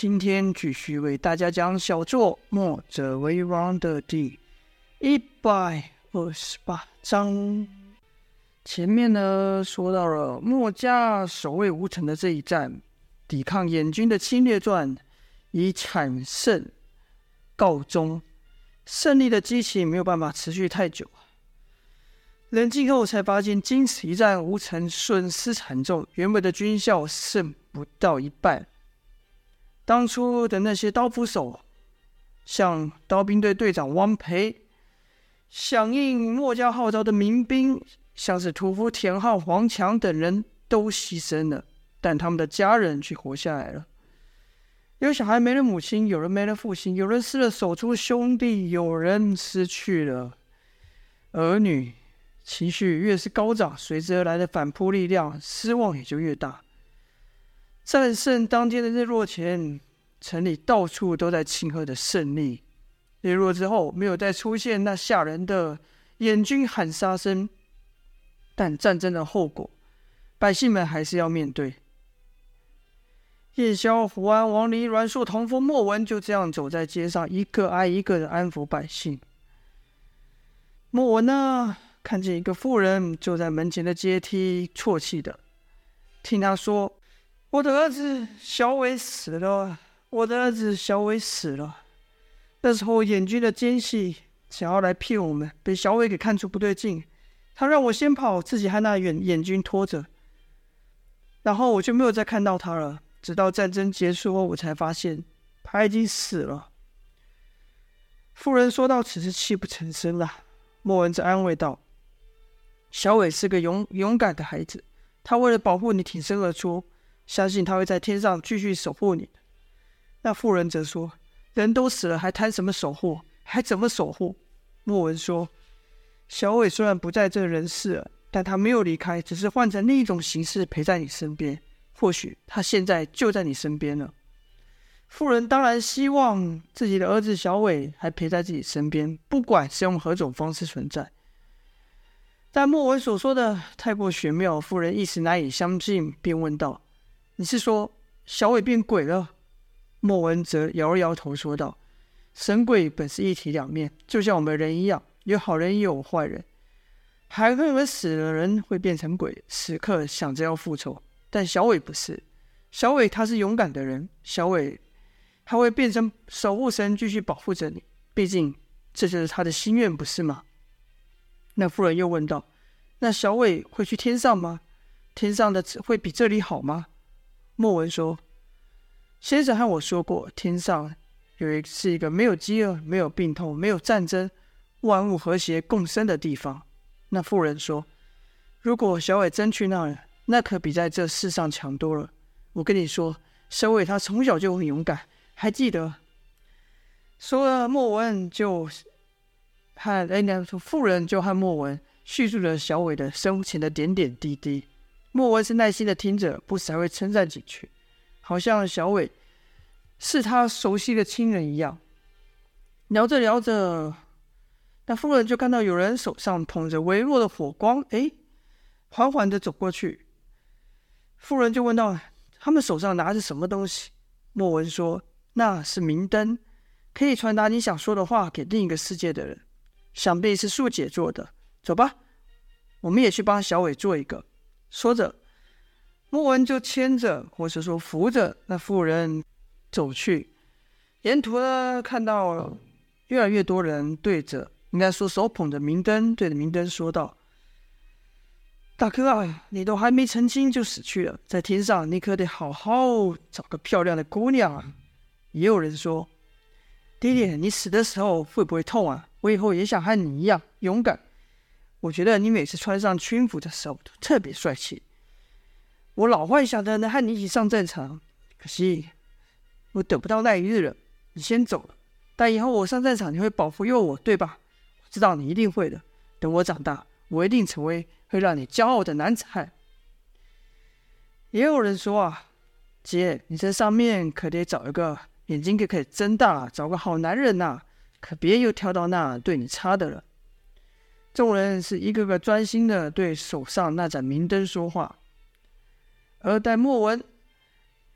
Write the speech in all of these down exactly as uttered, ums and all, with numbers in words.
今天继续为大家讲小作《墨者为王》的第一百二十八章。前面呢说到了墨家守卫吴城的这一战，抵抗燕军的侵略战以惨胜告终，胜利的激情没有办法持续太久。冷静后才发现，经此一战，吴城损失惨重，原本的军校剩不到一半。当初的那些刀斧手，像刀兵队队长汪培，响应墨家号召的民兵，像是屠夫田浩、黄强等人都牺牲了，但他们的家人却活下来了。有小孩没了母亲，有人没了父亲，有人失了手足兄弟，有人失去了儿女。情绪越是高涨，随之而来的反扑力量，失望也就越大。战胜当天的日落前，城里到处都在庆贺的胜利。日落之后，没有再出现那吓人的燕军喊杀声，但战争的后果，百姓们还是要面对。叶萧、胡安、王离、阮硕、童风、莫文就这样走在街上，一个挨一个的安抚百姓。莫文呢，看见一个妇人坐在门前的阶梯，啜泣的听他说：“我的儿子小伟死了，我的儿子小伟死了。那时候燕军的奸细想要来骗我们，被小伟给看出不对劲，他让我先跑，自己和那燕军拖着，然后我就没有再看到他了。直到战争结束后，我才发现他已经死了。”妇人说到此时泣不成声了。莫文则安慰道：“小伟是个勇勇敢的孩子，他为了保护你挺身而出，相信他会在天上继续守护你。”那妇人则说：“人都死了，还谈什么守护？还怎么守护？”莫文说：“小伟虽然不在这人世了，但他没有离开，只是换成另一种形式陪在你身边。或许他现在就在你身边了。”妇人当然希望自己的儿子小伟还陪在自己身边，不管是用何种方式存在。但莫文所说的太过玄妙，妇人一时难以相信，便问道：“你是说小伟变鬼了？”莫文则摇了摇头说道：“神鬼本是一体两面，就像我们人一样，有好人也有坏人。还会有死的人会变成鬼，时刻想着要复仇，但小伟不是。小伟他是勇敢的人，小伟他会变成守护神，继续保护着你，毕竟这就是他的心愿，不是吗？”那妇人又问道：“那小伟会去天上吗？天上的会比这里好吗？”莫文说：“先生和我说过，天上有一是一个没有饥饿、没有病痛、没有战争，万物和谐共生的地方。”那妇人说：“如果小伟真去那儿，那可比在这世上强多了。我跟你说，小伟他从小就很勇敢，还记得。”说了，莫文就和哎，那妇人就和莫文叙述了小伟的生前的点点滴滴。莫文是耐心的听着，不时还会称赞几句，好像小伟是他熟悉的亲人一样。聊着聊着，那妇人就看到有人手上捧着微弱的火光，哎，缓缓的走过去。妇人就问道：“他们手上拿着什么东西？”莫文说：“那是明灯，可以传达你想说的话给另一个世界的人，想必是素姐做的。走吧，我们也去帮小伟做一个。”说着，莫文就牵着或是说扶着那妇人走去。沿途呢，看到越来越多人对着，应该说手捧着明灯，对着明灯说道：“大哥啊，你都还没成亲就死去了，在天上你可得好好找个漂亮的姑娘啊。”也有人说：“爹爹，你死的时候会不会痛啊？我以后也想和你一样勇敢。我觉得你每次穿上军服的时候都特别帅气。我老幻想着能和你一起上战场，可惜我等不到那一日了。你先走了，但以后我上战场你会保护佑我，对吧？我知道你一定会的。等我长大，我一定成为会让你骄傲的男子汉。”也有人说啊：“姐，你在上面可得找一个眼睛可可以睁大，找个好男人啊，可别又挑到那对你差的了。”众人是一个个专心的对手上那盏明灯说话，而待莫文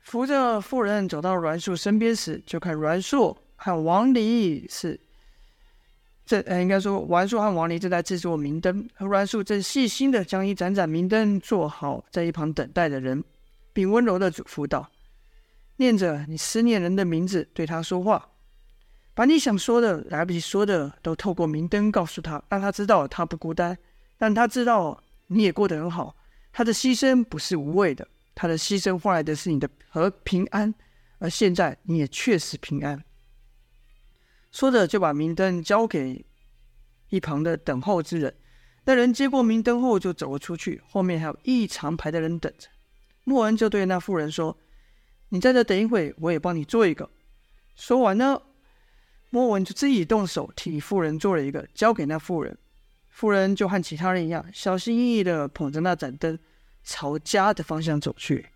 扶着妇人走到栾树身边时，就看栾树和王离是这、呃、应该说栾树和王离正在制作明灯，而栾树正细心的将一盏盏明灯做好，在一旁等待的人，并温柔的嘱咐道：念着你思念人的名字，对他说话，把你想说的、来不及说的都透过明灯告诉他，让他知道他不孤单，让他知道你也过得很好，他的牺牲不是无谓的，他的牺牲换来的是你的和平安，而现在你也确实平安。说着就把明灯交给一旁的等候之人，那人接过明灯后就走了出去，后面还有一长排的人等着。莫恩就对那妇人说：你在这等一会，我也帮你做一个。说完呢，莫文就自己动手替妇人做了一个，交给那妇人。妇人就和其他人一样，小心翼翼地捧着那盏灯朝家的方向走去。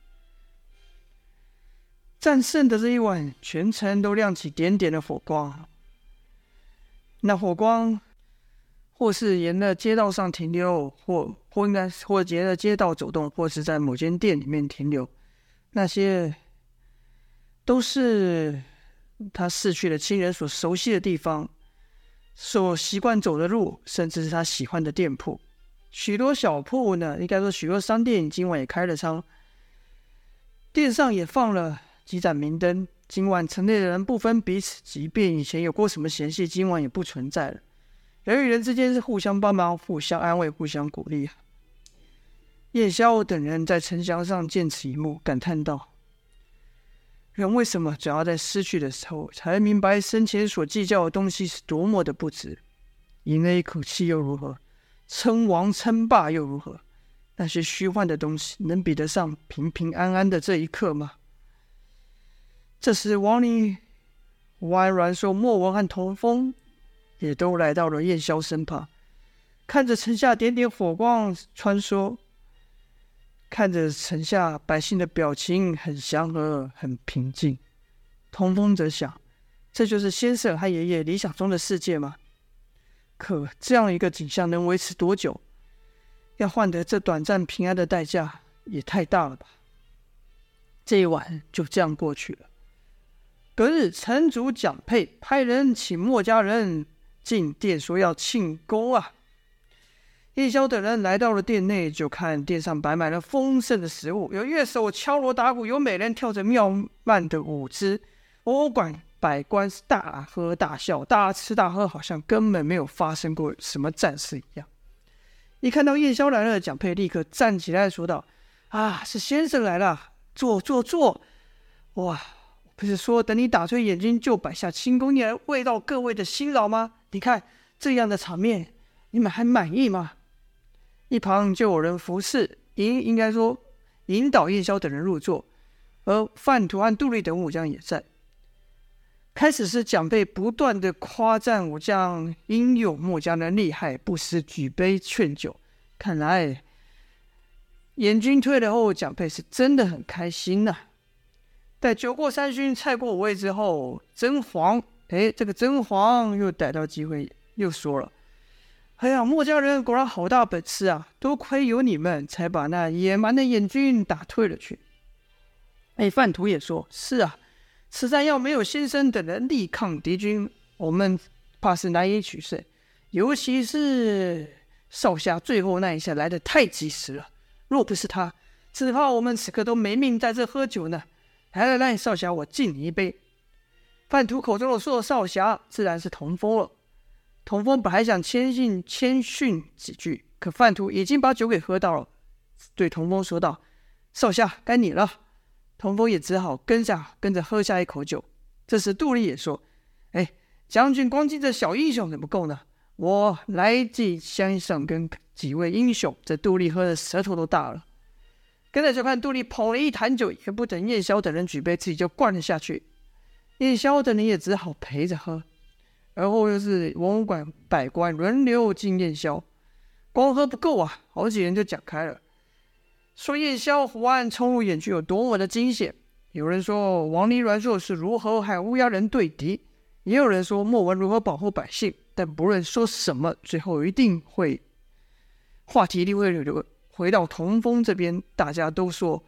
战胜的这一晚，全城都亮起点点的火光，那火光或是沿着街道上停留，或或应该或沿着街道走动，或是在某间店里面停留，那些都是他逝去的亲人所熟悉的地方，所习惯走的路，甚至是他喜欢的店铺。许多小铺呢，应该说许多商店今晚也开了仓，店上也放了几盏明灯。今晚城内的人不分彼此，即便以前有过什么嫌隙，今晚也不存在了。人与人之间是互相帮忙、互相安慰、互相鼓励。叶宵等人在城墙上见此一幕，感叹道：人为什么总要在失去的时候才明白生前所计较的东西是多么的不值？赢了一口气又如何？称王称霸又如何？那些虚幻的东西能比得上平平安安的这一刻吗？这时王离、胡安、阮寿、莫文和童风也都来到了燕萧身旁，看着城下点点火光穿梭，看着城下百姓的表情很祥和很平静。童风则想，这就是先生和爷爷理想中的世界吗？可这样一个景象能维持多久？要换得这短暂平安的代价也太大了吧。这一晚就这样过去了。隔日，城主蒋佩派人请墨家人进店，说要庆功啊。叶宵等人来到了店内，就看店上摆满了丰盛的食物，有乐手敲锣打鼓，有美人跳着妙曼的舞姿。博物馆百官是大喝大笑，大吃大喝，好像根本没有发生过什么战事一样。一看到叶宵来了，蒋佩立刻站起来说道：啊，是先生来了，坐坐坐。哇，不是说等你打退眼睛就摆下清宫，你来慰到各位的辛劳吗？你看这样的场面，你们还满意吗？一旁就有人服侍，应应该说引导叶宵等人入座，而范图和杜丽等武将也在。开始是蒋佩不断的夸赞武将英勇，墨家人厉害，不时举杯劝酒。看来燕军退了后，蒋佩是真的很开心呐、啊。待酒过三巡，菜过五味之后，甄嬛，哎，这个甄嬛又逮到机会，又说了：“哎呀，墨家人果然好大本事啊！多亏有你们，才把那野蛮的燕军打退了去。”哎，范图也说：“是啊，此战要没有先生等人力抗敌军，我们怕是难以取胜。尤其是少侠最后那一下来得太及时了，若不是他，只怕我们此刻都没命在这喝酒呢。来来来，少侠，我敬你一杯。”范图口中的说的少侠，自然是童风了。童风本还想谦逊谦逊几句，可范图已经把酒给喝到了，对童风说道：“少侠，该你了。”童风也只好跟下跟着喝下一口酒。这时杜丽也说：“哎，将军光记这小英雄怎么够呢？我来济先生跟几位英雄。”这杜丽喝的舌头都大了。跟着就看杜丽捧了一坛酒，也不等叶宵等人举杯，自己就灌了下去。叶宵等人也只好陪着喝。而后又是文武馆百官轮流敬叶宵，光喝不够啊，好几人就讲开了，说叶宵、胡安冲入演剧有多么的惊险。有人说王离、阮硕是如何和乌鸦人对敌，也有人说莫文如何保护百姓。但不论说什么，最后一定会话题一定会回到童风这边。大家都说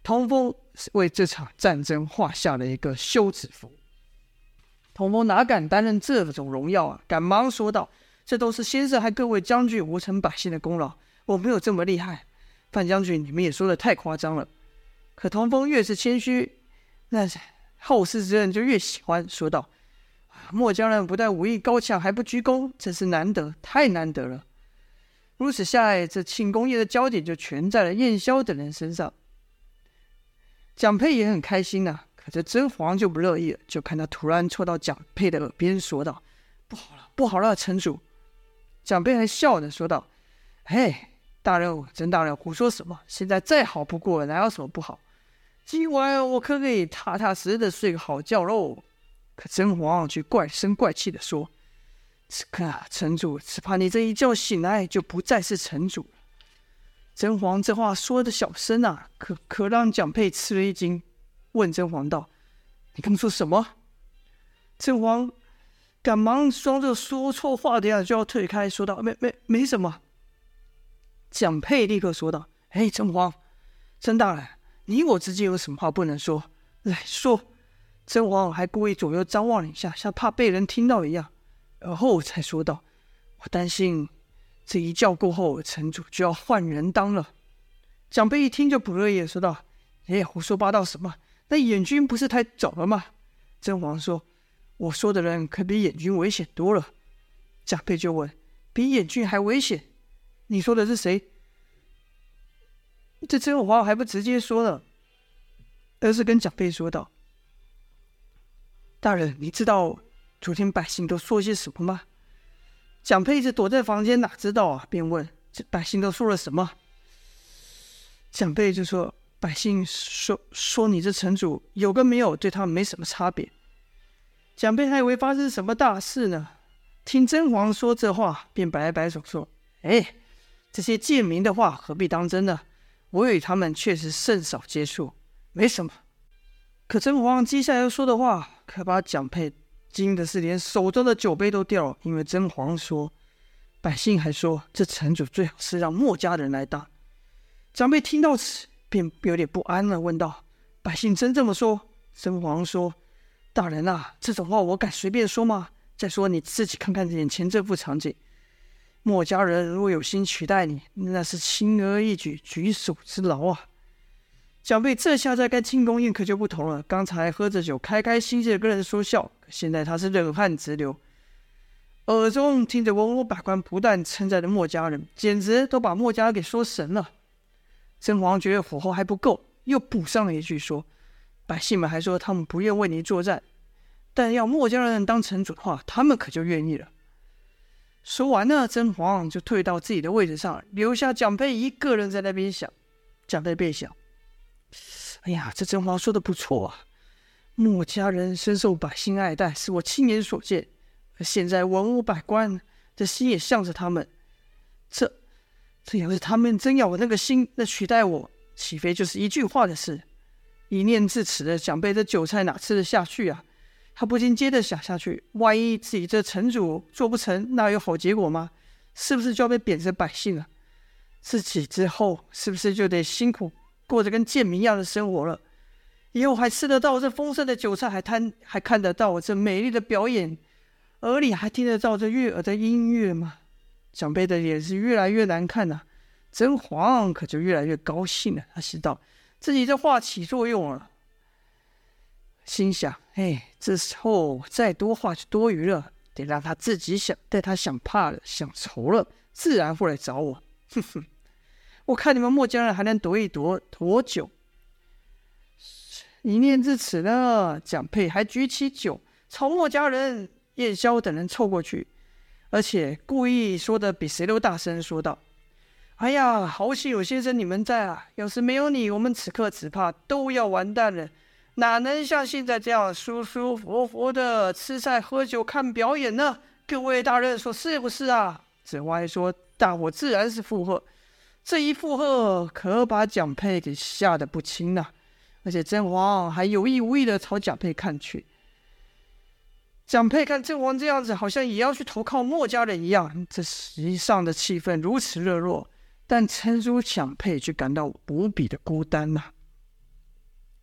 童风为这场战争画下了一个休止符。童风哪敢担任这种荣耀啊，赶忙说道：“这都是先生和各位将军无成百姓的功劳，我没有这么厉害。范将军，你们也说的太夸张了。”可童风越是谦虚，那后世之人就越喜欢，说道：“墨家人不但武艺高强，还不居功，真是难得，太难得了。”如此下来，这庆功宴的焦点就全在了燕萧等人身上。蒋佩也很开心啊，可这甄嬛就不乐意了，就看他突然凑到蒋佩的耳边说道：“不好了，不好了，城主！”蒋佩还笑着说道：“嘿，大人，甄大人胡说什么？现在再好不过了，哪有什么不好？今晚我可可以踏踏实实的睡个好觉喽。”可甄嬛却怪声怪气的说：“此刻啊，城主，只怕你这一觉醒来就不再是城主了。”甄嬛这话说的小声啊，可可让蒋佩吃了一惊，问甄嬛道：“你刚说什么？”甄嬛赶忙装着说错话的样子就要退开，说道：“没没没什么。”蒋佩立刻说道：“哎，甄嬛，甄大人，你我之间有什么话不能说？来说。”甄嬛还故意左右张望了一下，像怕被人听到一样，而后才说道：“我担心这一觉过后，城主就要换人当了。”蒋佩一听就不乐意，说道：“哎，胡说八道什么？那演军不是太走了吗？”甄嬛说：“我说的人可比演军危险多了。”蒋佩就问：“比演军还危险？你说的是谁？”这甄嬛还不直接说了，而是跟蒋佩说道：“大人，你知道昨天百姓都说些什么吗？”蒋佩一直躲在房间，哪知道啊，便问：“这百姓都说了什么？”蒋佩就说：“百姓说说你这城主有跟没有对他们没什么差别。”蒋佩还以为发生什么大事呢，听甄嬛说这话，便摆了摆手说：“哎，这些贱民的话何必当真呢？我与他们确实甚少接触，没什么。”可甄嬛接下来说的话，可把蒋佩惊的是连手中的酒杯都掉了。因为甄嬛说，百姓还说这城主最好是让墨家人来当。蒋佩听到此便有点不安了，问道：“百姓真这么说？”甄嬛说：“大人啊，这种话我敢随便说吗？再说你自己看看眼前这副场景，墨家人如果有心取代你，那是轻而易举，举手之劳啊。”蒋佩这下在跟庆功宴可就不同了，刚才喝着酒开开心心的跟人说笑，现在他是冷汗直流，耳中听着文武百官不断称赞的墨家人，简直都把墨家给说神了。甄嬛觉得火候还不够，又补上了一句说：“百姓们还说他们不愿为你作战，但要墨家人当城主的话，他们可就愿意了。”说完呢，甄嬛就退到自己的位置上，留下蒋佩一个人在那边想。蒋佩便想：哎呀，这甄嬛说的不错啊，墨家人深受百姓爱戴，是我亲眼所见。而现在文武百官的心也向着他们，这这要是他们真要我那个心，那取代我，岂非就是一句话的事？一念至此的蒋佩这韭菜哪吃得下去啊？他不禁接着想下去，万一自己这城主做不成，那有好结果吗？是不是就要被贬成百姓了？自己之后是不是就得辛苦过着跟贱民一样的生活了？以后还吃得到这丰盛的韭菜，还摊还看得到这美丽的表演，耳里还听得到这悦耳的音乐吗？蒋佩的脸是越来越难看啊，甄嬛可就越来越高兴了。他知道自己这话起作用了，心想：哎，这时候再多话就多余了，得让他自己想，待他想怕了、想愁了，自然会来找我。哼哼，我看你们墨家人还能躲一躲多久？一念至此呢，蒋佩还举起酒朝墨家人、燕萧等人凑过去，而且故意说的比谁都大声，说道：“哎呀，好险有先生你们在啊！要是没有你，我们此刻只怕都要完蛋了，哪能像现在这样舒舒服服的吃菜喝酒看表演呢？各位大人说是不是啊？”这话一说，大伙自然是附和。这一附和可把蒋佩给吓得不轻啊！而且甄嬛还有意无意的朝蒋佩看去。蒋佩看甄嬛这样子，好像也要去投靠墨家人一样，这实际上的气氛如此热络，但城主蒋佩却感到无比的孤单啊。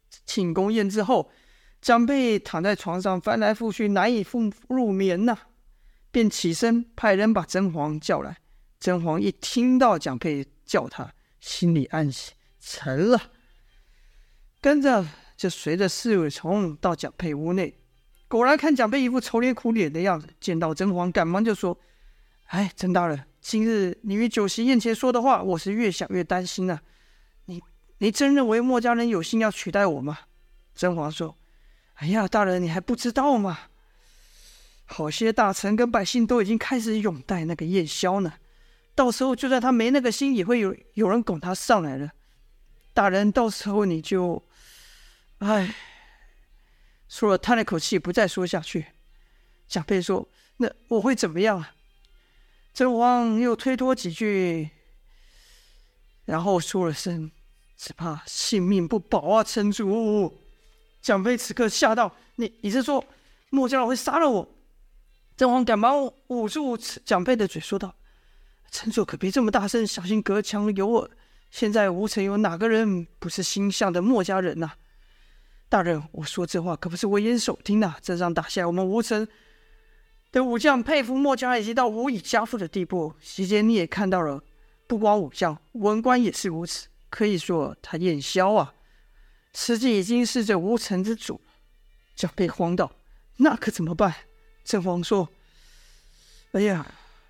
庆功宴之后，蒋佩躺在床上翻来覆去，难以入眠呐、啊，便起身派人把甄嬛叫来。甄嬛一听到蒋佩叫他，心里暗喜，成了。跟着就随着侍卫从到蒋佩屋内，果然看蒋佩一副愁脸苦脸的样子，见到甄嬛赶忙就说：哎，甄大人，今日你于酒席宴前说的话，我是越想越担心啊。你你真认为墨家人有心要取代我吗？甄嬛说：哎呀，大人，你还不知道吗？好些大臣跟百姓都已经开始拥戴那个燕萧呢，到时候就算他没那个心，也会有有人拱他上来了。大人，到时候你就……哎，说了叹了口气，不再说下去。蒋佩说：那我会怎么样啊？甄嬛又推脱几句，然后说了声：只怕性命不保啊，城主。蒋佩此刻吓到：你你是说墨家人会杀了我？甄嬛赶忙捂住蒋佩的嘴，说道：城主可别这么大声，小心隔墙有耳。现在吴城有哪个人不是心向的墨家人啊？大人，我说这话可不是危言耸听啊！这仗打下来，我们吴城的武将佩服墨家已经到无以加复的地步。席间你也看到了，不光武将，文官也是如此。可以说他燕萧啊，实际已经是这吴城之主。蒋佩慌道：那可怎么办？甄嬛说：哎呀，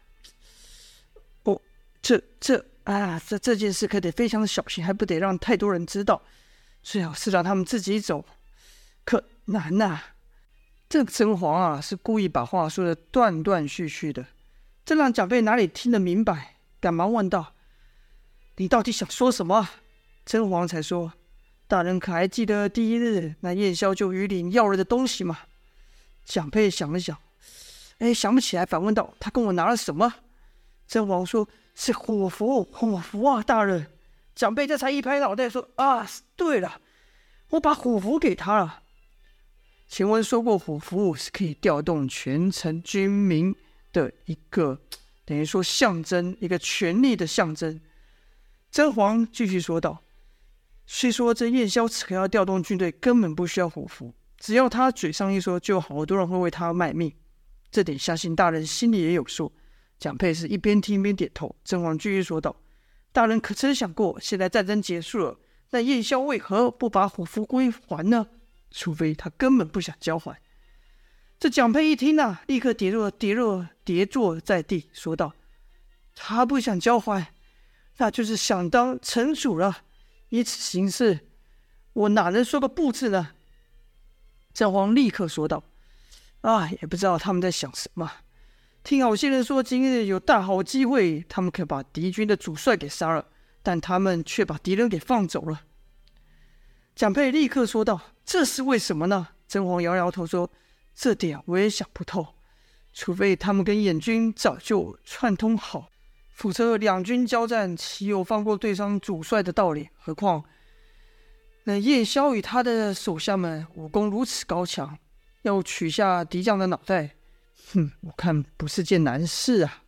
我这这啊，这这件事可得非常的小心，还不得让太多人知道。最好是让他们自己走，可难呐、啊！这个甄嬛啊，是故意把话说的断断续续的，这让蒋佩哪里听得明白，赶忙问道：你到底想说什么？甄嬛才说：大人可还记得第一日那燕萧就于领要了的东西吗？蒋佩想了想，哎，想不起来，反问道：他跟我拿了什么？甄嬛说：是火符，火符啊，大人。蒋佩这才一拍脑袋说：啊，对了，我把火符给他了。前文说过，火符是可以调动全城军民的一个，等于说象征，一个权力的象征。甄嬛继续说道：虽说这燕萧此刻要调动军队，根本不需要火符，只要他嘴上一说，就有好多人会为他卖命。这点相信大人心里也有数。蒋佩是一边听一边点头。甄嬛继续说道：大人可曾想过，现在战争结束了，那燕萧为何不把火符归还呢？除非他根本不想交还。这蒋佩一听啊，立刻跌落跌落跌坐在地，说道：他不想交还，那就是想当城主了。以此行事，我哪能说个不字呢？甄嬛立刻说道：啊，也不知道他们在想什么。听好些人说，今日有大好机会，他们可把敌军的主帅给杀了，但他们却把敌人给放走了。蒋佩立刻说道：这是为什么呢？甄嬛摇摇头说：这点我也想不透，除非他们跟燕军早就串通好，否则两军交战，岂有放过对方主帅的道理？何况那燕萧与他的手下们武功如此高强，要取下敌将的脑袋，哼，我看不是件难事啊。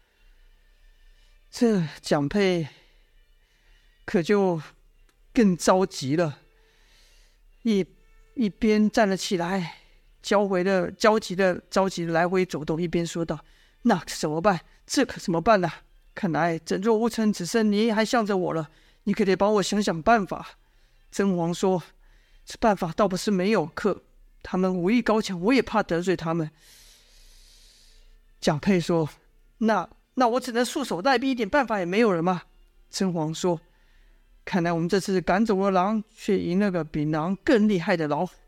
这蒋佩可就更着急了，一一边站了起来，焦回的焦急的着急的来回走动，一边说道：那可怎么办？这可怎么办呢、啊？看来整座乌城只剩你还向着我了，你可得帮我想想办法。甄嬛说：这办法倒不是没有，可他们武艺高强，我也怕得罪他们。蒋佩说：那那我只能束手待毙，一点办法也没有了吗？甄嬛说：看来我们这次赶走了狼，却赢了个比狼更厉害的老虎。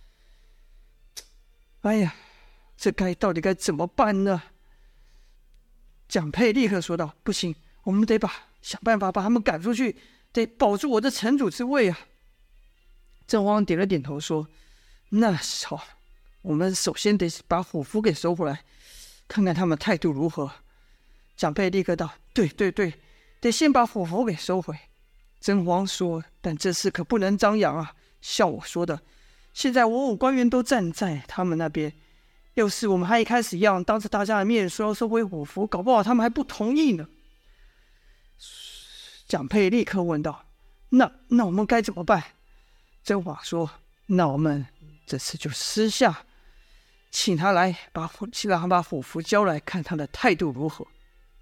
哎呀，这该到底该怎么办呢？蒋佩立刻说道：不行，我们得把想办法把他们赶出去，得保住我的城主之位啊。甄嬛点了点头说：那好，我们首先得把虎符给收回来，看看他们态度如何。蒋佩立刻道：对对对，得先把虎符给收回。甄嬛说：但这事可不能张扬啊，像我说的，现在文武官员都站在他们那边，要是我们还一开始一样当着大家的面说要收回虎符，搞不好他们还不同意呢。蒋佩立刻问道：那那我们该怎么办？ 甄嬛说：“那我们这次就私下请他来，把让他把虎符交来，看他的态度如何。”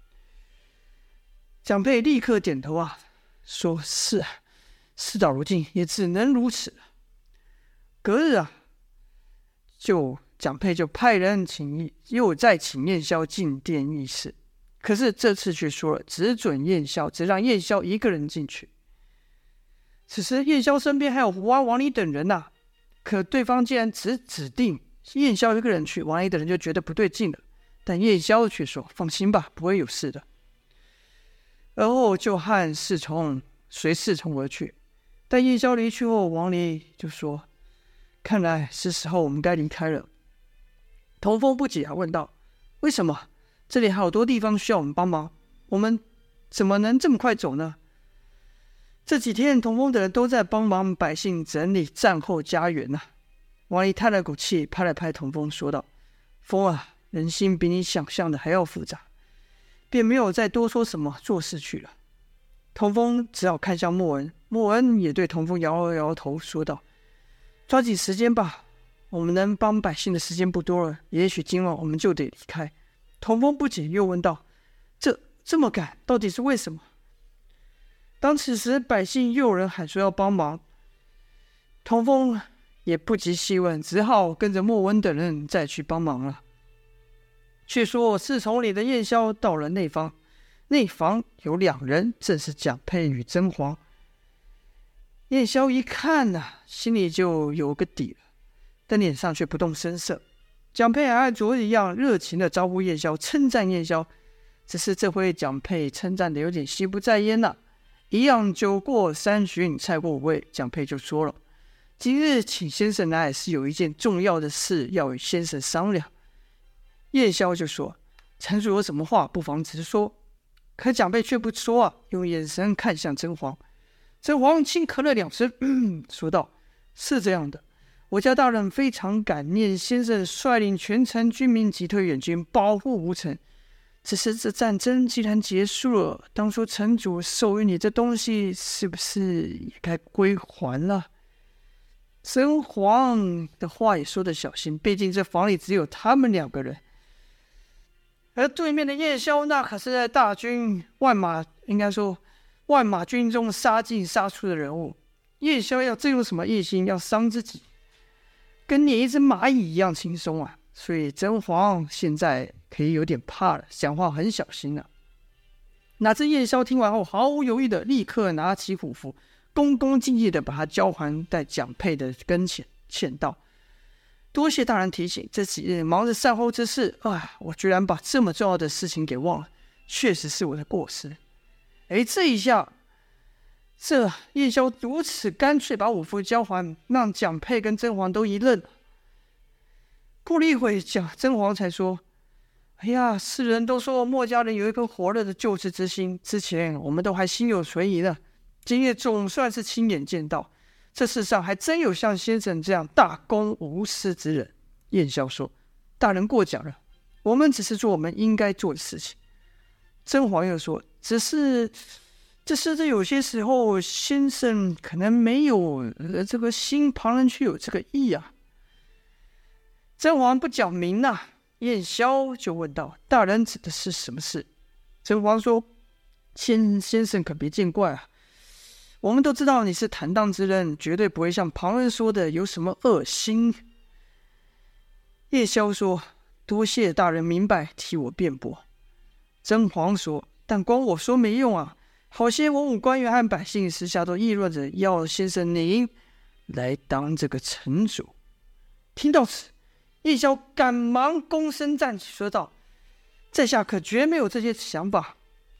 蒋佩立刻点头啊，说：“是啊，事到如今也只能如此了。”隔日啊，就蒋佩就派人请又再请燕霄进殿议事，可是这次却说了只准燕霄，只让燕霄一个人进去。此时燕霄身边还有胡安、王离等人啊，可对方既然只指定燕霄一个人去，王离等人就觉得不对劲了。但燕霄却说：“放心吧，不会有事的。”而后就和侍从随侍从而去。但燕霄离去后，王离就说：“看来是时候我们该离开了。”童风不解啊，问道：“为什么？这里还有好多地方需要我们帮忙，我们怎么能这么快走呢？”这几天童风的人都在帮忙百姓整理战后家园啊。王离叹了口气，拍了拍童风，说道：“风啊，人心比你想象的还要复杂。”便没有再多说什么，做事去了。童风只好看向莫恩，莫恩也对童风摇了摇头，说道：“抓紧时间吧，我们能帮百姓的时间不多了，也许今晚我们就得离开。”童风不解，又问道：“这这么赶，到底是为什么？”当此时百姓又有人喊说要帮忙，童风也不及细问，只好跟着莫恩等人再去帮忙了。却说侍从里的燕霄到了内房，内房有两人，正是蒋佩与甄嬛。燕霄一看啊，心里就有个底了，但脸上却不动声色。蒋佩还和昨日一样热情的招呼燕霄，称赞燕霄，只是这回蒋佩称赞的有点心不在焉了、啊。一样酒过三巡，菜过五味，蒋佩就说了：“今日请先生来是有一件重要的事要与先生商量。”燕霄就说：“城主有什么话不妨直说。”可蒋佩却不说啊，用眼神看向甄嬛。甄嬛轻咳了两声，说道：“是这样的，我家大人非常感念先生率领全城军民击退远军，保护吴城。只是这战争既然结束了，当初城主授予你这东西，是不是也该归还了？”甄嬛的话也说得小心，毕竟这房里只有他们两个人。而对面的燕霄，那可是在大军万马，应该说万马军中杀进杀出的人物。燕霄要真有什么异心，要伤自己，跟撵一只蚂蚁一样轻松啊！所以甄嬛现在可以有点怕了，讲话很小心了、啊。哪知燕霄听完后，毫无犹豫的立刻拿起虎符，恭恭敬敬的把它交还在蒋佩的跟前，歉道：“多谢大人提醒，这几日忙着善后之事，哎，我居然把这么重要的事情给忘了，确实是我的过失。”哎，这一下，这燕霄如此干脆把虎符交还，让蒋佩跟甄嬛都一愣。过了一会，蒋甄嬛才说：“哎呀，世人都说墨家人有一颗火热的救世之心，之前我们都还心有存疑呢，今夜总算是亲眼见到。这世上还真有像先生这样大公无私之人。”燕霄说：“大人过奖了，我们只是做我们应该做的事情。”甄嬛又说：“只是，只是这有些时候，先生可能没有、呃、这个心，旁人却有这个意啊。”甄嬛不讲明啊，燕霄就问道：“大人指的是什么事？”甄嬛说：“先先生可别见怪啊。我们都知道你是坦荡之人，绝对不会像旁人说的有什么恶心。”叶萧说：“多谢大人明白，替我辩驳。”甄嬛说：“但光我说没用啊，好些文武官员和百姓私下都议论着要先生您来当这个城主。”听到此，叶萧赶忙躬身站起，说道：“在下可绝没有这些想法。”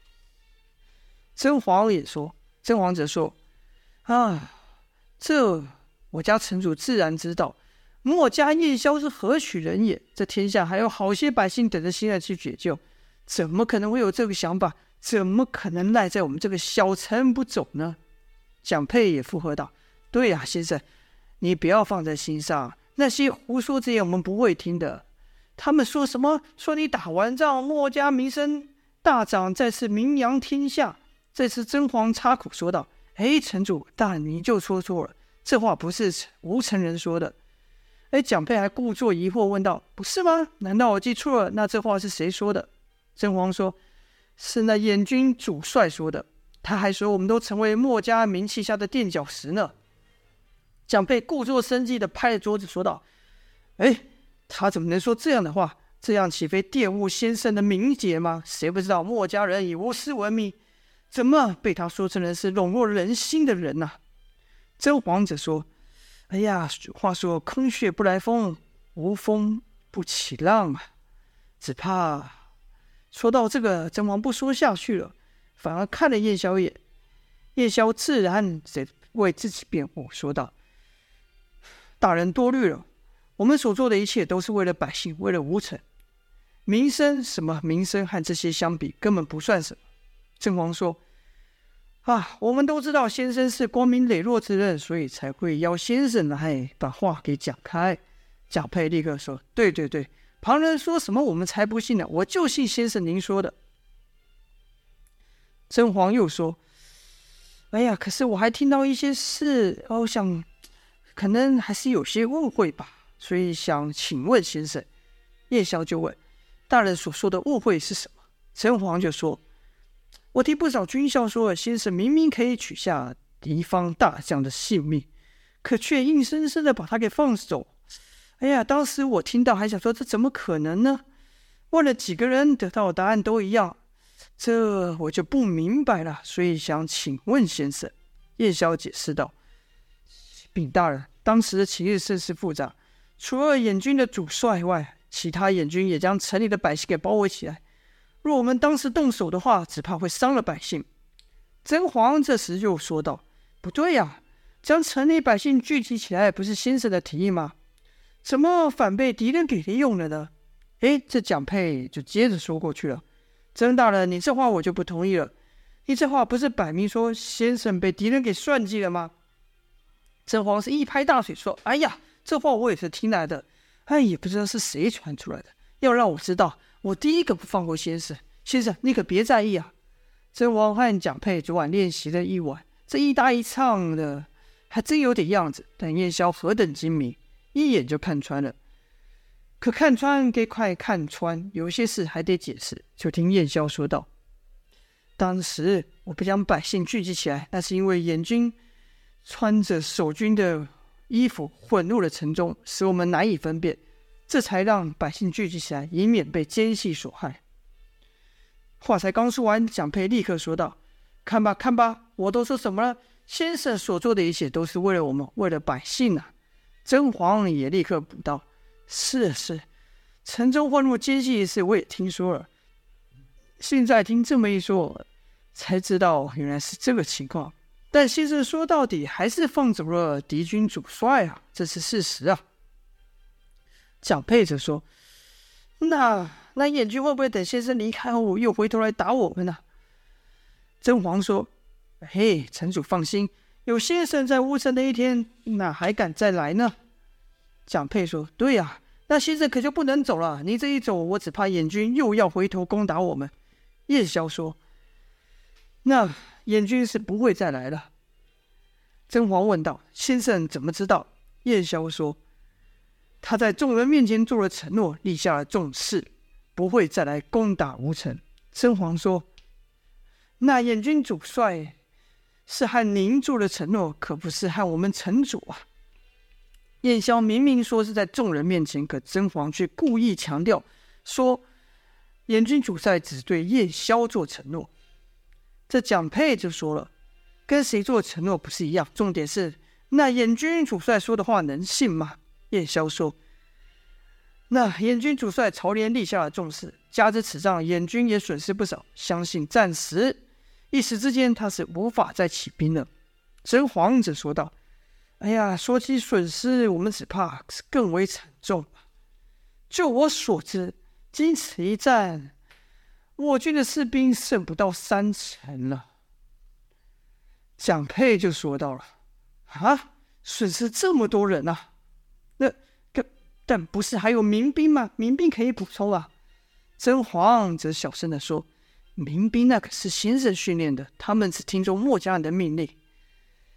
甄嬛也说。甄嬛则说：“啊，这我家城主自然知道，墨家叶萧是何许人也？这天下还有好些百姓等着现在去解救，怎么可能会有这个想法？怎么可能赖在我们这个小城不走呢？”蒋佩也附和道：“对呀、啊，先生，你不要放在心上，那些胡说之言我们不会听的。他们说什么？说你打完仗，墨家名声大涨，再次名扬天下。”这次甄嬛插口说道：“哎，城主，大人你就说错了， 这话不是吴承仁说的。哎，蒋佩还故作疑惑问道：不是吗？难道我记错了？那这话是谁说的？甄皇说：是那燕军主帅说的。他还说我们都成为墨家名气下的垫脚石呢。蒋佩故作生气地拍了桌子说道：哎，他怎么能说这样的话？这样岂非玷污先生的名节吗？谁不知道墨家人以无私闻名，怎么被他说成了是笼络人心的人呢、啊？甄皇则说：哎呀，话说空穴不来风，无风不起浪啊，只怕……说到这个，甄皇不说下去了，反而看了叶宵一眼。叶宵自然得为自己辩护，说道：大人多虑了，我们所做的一切都是为了百姓，为了吴城。名声什么名声和这些相比根本不算什么。甄皇说：啊，我们都知道先生是光明磊落之人，所以才会邀先生来把话给讲开。蒋佩立刻说：对对对，旁人说什么我们才不信呢，我就信先生您说的。甄皇又说：哎呀，可是我还听到一些事，我想可能还是有些误会吧，所以想请问先生。叶宵就问：大人所说的误会是什么？甄皇就说：我听不少军校说，先生明明可以取下敌方大将的性命，可却硬生生的把他给放走。哎呀，当时我听到还想说，这怎么可能呢？问了几个人，得到的答案都一样，这我就不明白了，所以想请问先生。叶宵解释道：禀大人，当时的情势甚是复杂，除了燕军的主帅外，其他燕军也将城里的百姓给包围起来。若我们当时动手的话，只怕会伤了百姓。甄皇这时就说道：不对呀、啊，将城里百姓聚集起来不是先生的提议吗？怎么反被敌人给利用了呢？诶，这蒋佩就接着说过去了：甄大人，你这话我就不同意了，你这话不是摆明说先生被敌人给算计了吗？甄皇是一拍大腿说：哎呀，这话我也是听来的，哎，也不知道是谁传出来的，要让我知道，我第一个不放过先生。先生，你可别在意啊。甄皇和蒋佩昨晚练习了一晚，这一搭一唱的还真有点样子，但叶宵何等精明，一眼就看穿了。可看穿给快看穿，有些事还得解释。就听叶宵说道：当时我不将百姓聚集起来，那是因为燕军穿着守军的衣服混入了城中，使我们难以分辨，这才让百姓聚集起来，以免被奸细所害。话才刚说完，蒋佩立刻说道：看吧看吧，我都说什么了？先生所做的一切都是为了我们，为了百姓啊。甄皇也立刻补道：是是，城中混入奸细一事我也听说了，现在听这么一说，才知道原来是这个情况。但先生说到底还是放走了敌军主帅啊，这是事实啊。蒋佩则说：那那燕军会不会等先生离开后又回头来打我们呢、啊？甄皇说：嘿，城主放心，有先生在乌城的一天，哪还敢再来呢？蒋佩说：对呀、啊，那先生可就不能走了，你这一走，我只怕燕军又要回头攻打我们。叶宵说：那燕军是不会再来了。甄皇问道：先生怎么知道？叶宵说：他在众人面前做了承诺，立下了重誓，不会再来攻打吴城。甄皇说：那燕军主帅是和您做了承诺，可不是和我们城主啊。叶宵明明说是在众人面前，可甄皇却故意强调说燕军主帅只对叶宵做承诺。这蒋佩就说了：跟谁做承诺不是一样，重点是那燕军主帅说的话能信吗？叶宵说：那燕军主帅朝连立下了重誓，加之此仗燕军也损失不少，相信暂时一时之间他是无法再起兵了。甄皇则说道：哎呀，说起损失，我们只怕是更为惨重了。就我所知，经此一战，我军的士兵剩不到三成了。蒋佩就说到了：啊，损失这么多人啊？那但不是还有民兵吗？民兵可以补充啊。甄皇则小声地说：民兵那可是先生训练的，他们只听从墨家人的命令。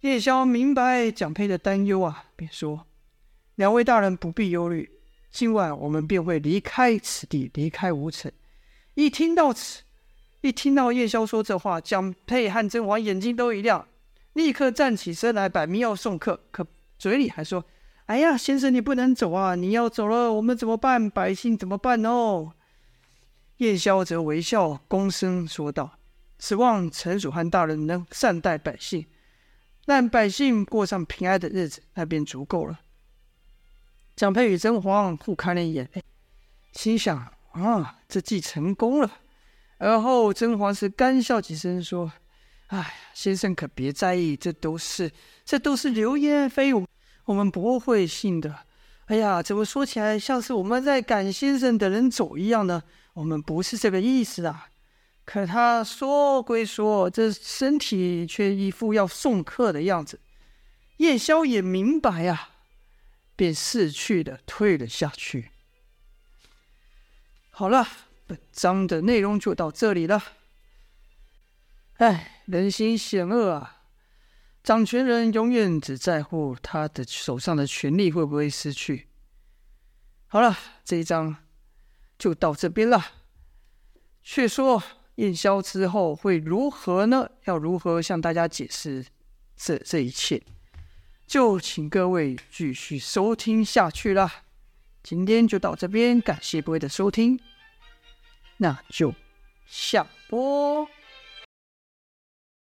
叶宵明白蒋佩的担忧啊，便说：“两位大人不必忧虑，今晚我们便会离开此地，离开吴城。”一听到此，一听到叶宵说这话，蒋佩和甄嬛眼睛都一亮，立刻站起身来摆明要送客，可嘴里还说：“哎呀，先生你不能走啊！你要走了，我们怎么办？百姓怎么办哦？”叶宵则微笑躬身说道：“指望臣属和大人能善待百姓，让百姓过上平安的日子，那便足够了。”蒋佩与甄嬛互看了一眼，心想：啊，这计成功了。而后甄嬛是干笑几声说：“哎，先生可别在意，这都是这都是流言蜚语，我们不会信的。哎呀，怎么说起来像是我们在赶先生等人走一样呢？我们不是这个意思啊。”可他说归说，这身体却一副要送客的样子。叶宵也明白啊，便识趣的退了下去。好了，本章的内容就到这里了。哎，人心险恶啊！掌权人永远只在乎他的手上的权力会不会失去。好了，这一章就到这边了。却说燕宵之后会如何呢？要如何向大家解释这这一切？就请各位继续收听下去啦。今天就到这边，感谢各位的收听，那就下播。